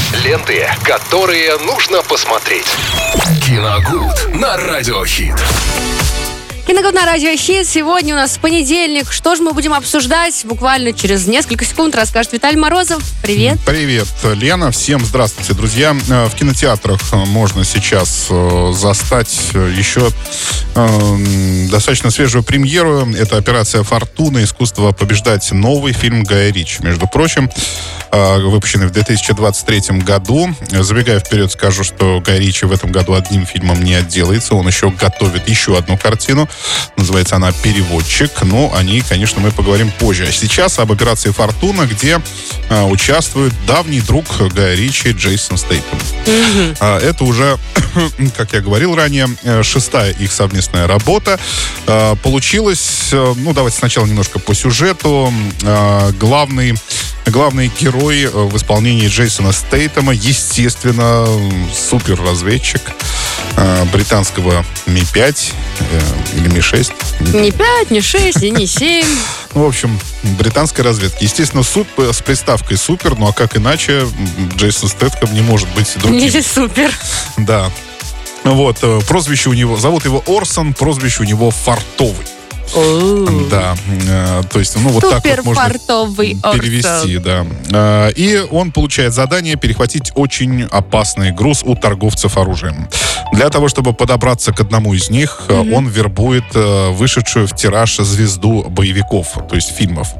Ленты, которые нужно посмотреть. Киногуд на Радиохит. Киногуд на Радио Хит. Сегодня у нас понедельник. Что же мы будем обсуждать? Буквально через несколько секунд расскажет Виталий Морозов. Привет. Привет, Лена. Всем здравствуйте, друзья. В кинотеатрах можно сейчас застать еще достаточно свежую премьеру. Это «Операция Фортуна. Искусство побеждать». Новый фильм Гая Ричи, между прочим, выпущенный в 2023 году. Забегая вперед, скажу, что Гай Ричи в этом году одним фильмом не отделается. Он еще готовит еще одну картину. Называется она «Переводчик». Но о ней, конечно, мы поговорим позже. А сейчас об «Операции Фортуна», где участвует давний друг Гая Ричи Джейсон Стейтем. Это уже, как я говорил ранее, 6-я их совместная работа. Получилось, давайте сначала немножко по сюжету. Главный герой в исполнении Джейсона Стейтема, естественно, суперразведчик британского Ми-5 или Ми-6. Не 5, не 6 и не 7. В общем, британской разведки. Естественно, с приставкой «супер», ну а как иначе, Джейсон Стейтем не может быть другим. Не супер. Да. Вот, прозвище у него, зовут его Орсон, прозвище у него «Фартовый». Да, то есть, вот так вот можно перевести, да. И он получает задание перехватить очень опасный груз у торговцев оружием. Для того, чтобы подобраться к одному из них, он вербует вышедшую в тираж звезду боевиков, то есть фильмов.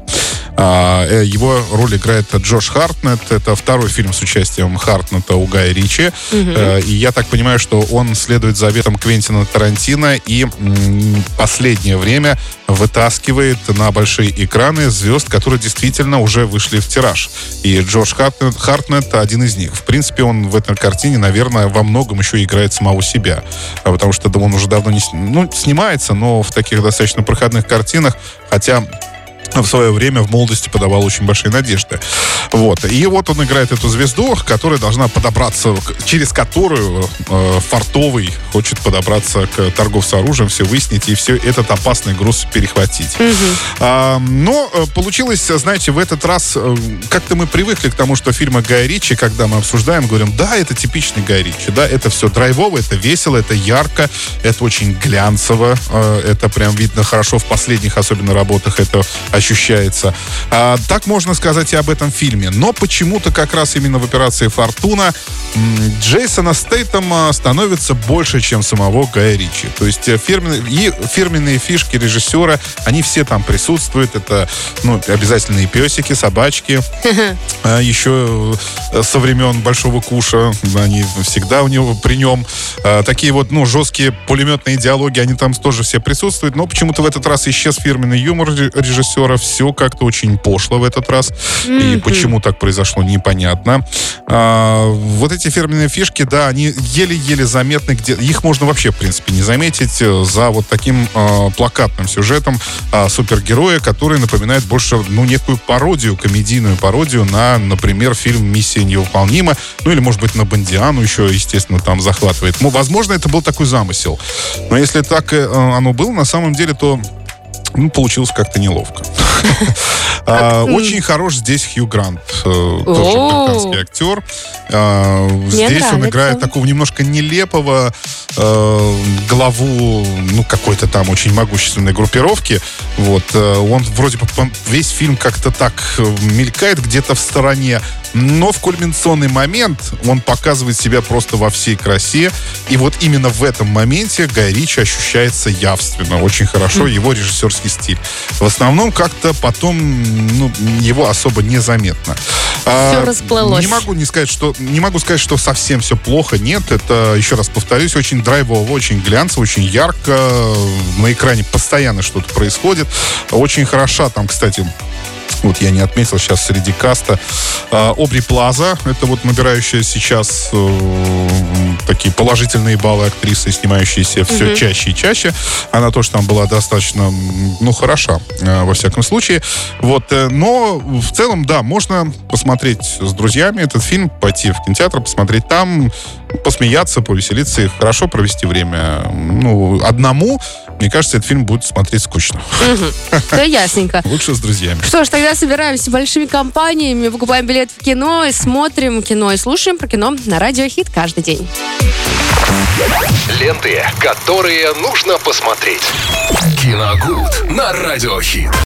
Его роль играет Джош Хартнетт. Это второй фильм с участием Хартнетта у Гая Ричи. И я так понимаю, что он следует заветам Квентина Тарантино и последнее время вытаскивает на большие экраны звезд, которые действительно уже вышли в тираж. И Джош Хартнетт один из них. В принципе, он в этой картине, наверное, во многом еще играет самого себя. Потому что он уже давно не снимается, но в таких достаточно проходных картинах, хотя в свое время в молодости подавал очень большие надежды. Вот. И вот он играет эту звезду, которая должна подобраться, через которую Фартовый хочет подобраться к торговцу оружием, все выяснить и все этот опасный груз перехватить. Но получилось, знаете, в этот раз как-то мы привыкли к тому, что фильмы Гая Ричи, когда мы обсуждаем, говорим, да, это типичный Гай Ричи, да, это все драйвово, это весело, это ярко, это очень глянцево, это прям видно хорошо в последних особенно работах, это ощущается. Так можно сказать и об этом фильме. Но почему-то как раз именно в «Операции Фортуна» Джейсона Стейтема становится больше, чем самого Гая Ричи. То есть фирменные фишки режиссера, они все там присутствуют. Это обязательные песики, собачки. Еще со времен Большого Куша они всегда у него при нем. Такие вот жесткие пулеметные диалоги, они там тоже все присутствуют. Но почему-то в этот раз исчез фирменный юмор режиссера. Все как-то очень пошло в этот раз. И почему так произошло, непонятно. Вот эти фирменные фишки, да, они еле-еле заметны. Их можно вообще, в принципе, не заметить за вот таким плакатным сюжетом супергероя, который напоминает больше, некую пародию, комедийную пародию на, например, фильм «Миссия невыполнима». Или, может быть, на Бондиану еще, естественно, там захватывает. Возможно, это был такой замысел. Но если так оно было, на самом деле, то получилось как-то неловко. Очень хорош здесь Хью Грант, тоже британский актер. Здесь он играет такого немножко нелепого главу, какой-то там очень могущественной группировки. Вот. Он вроде бы весь фильм как-то так мелькает где-то в стороне, но в кульминационный момент он показывает себя просто во всей красе. И вот именно в этом моменте Гай Ричи ощущается явственно, очень хорошо, его режиссерский стиль. В основном как-то потом его особо незаметно. Все расплылось. Не могу сказать, что совсем все плохо. Нет, это, еще раз повторюсь, очень драйвово, очень глянцево, очень ярко. На экране постоянно что-то происходит. Очень хороша там, кстати, вот я не отметил сейчас среди каста, Обри Плаза, это вот набирающая сейчас такие положительные баллы актрисы, снимающиеся все чаще и чаще. Она тоже там была достаточно, хороша, во всяком случае. Вот, но в целом, да, можно посмотреть с друзьями этот фильм, пойти в кинотеатр, посмотреть там, посмеяться, повеселиться и хорошо провести время. Одному мне кажется, этот фильм будет смотреть скучно. Да, ясненько. Лучше с друзьями. Что ж, тогда собираемся большими компаниями, покупаем билет в кино, и смотрим кино, и слушаем про кино на Радио Хит каждый день. Ленты, которые нужно посмотреть. Киногуд на Радио Хит.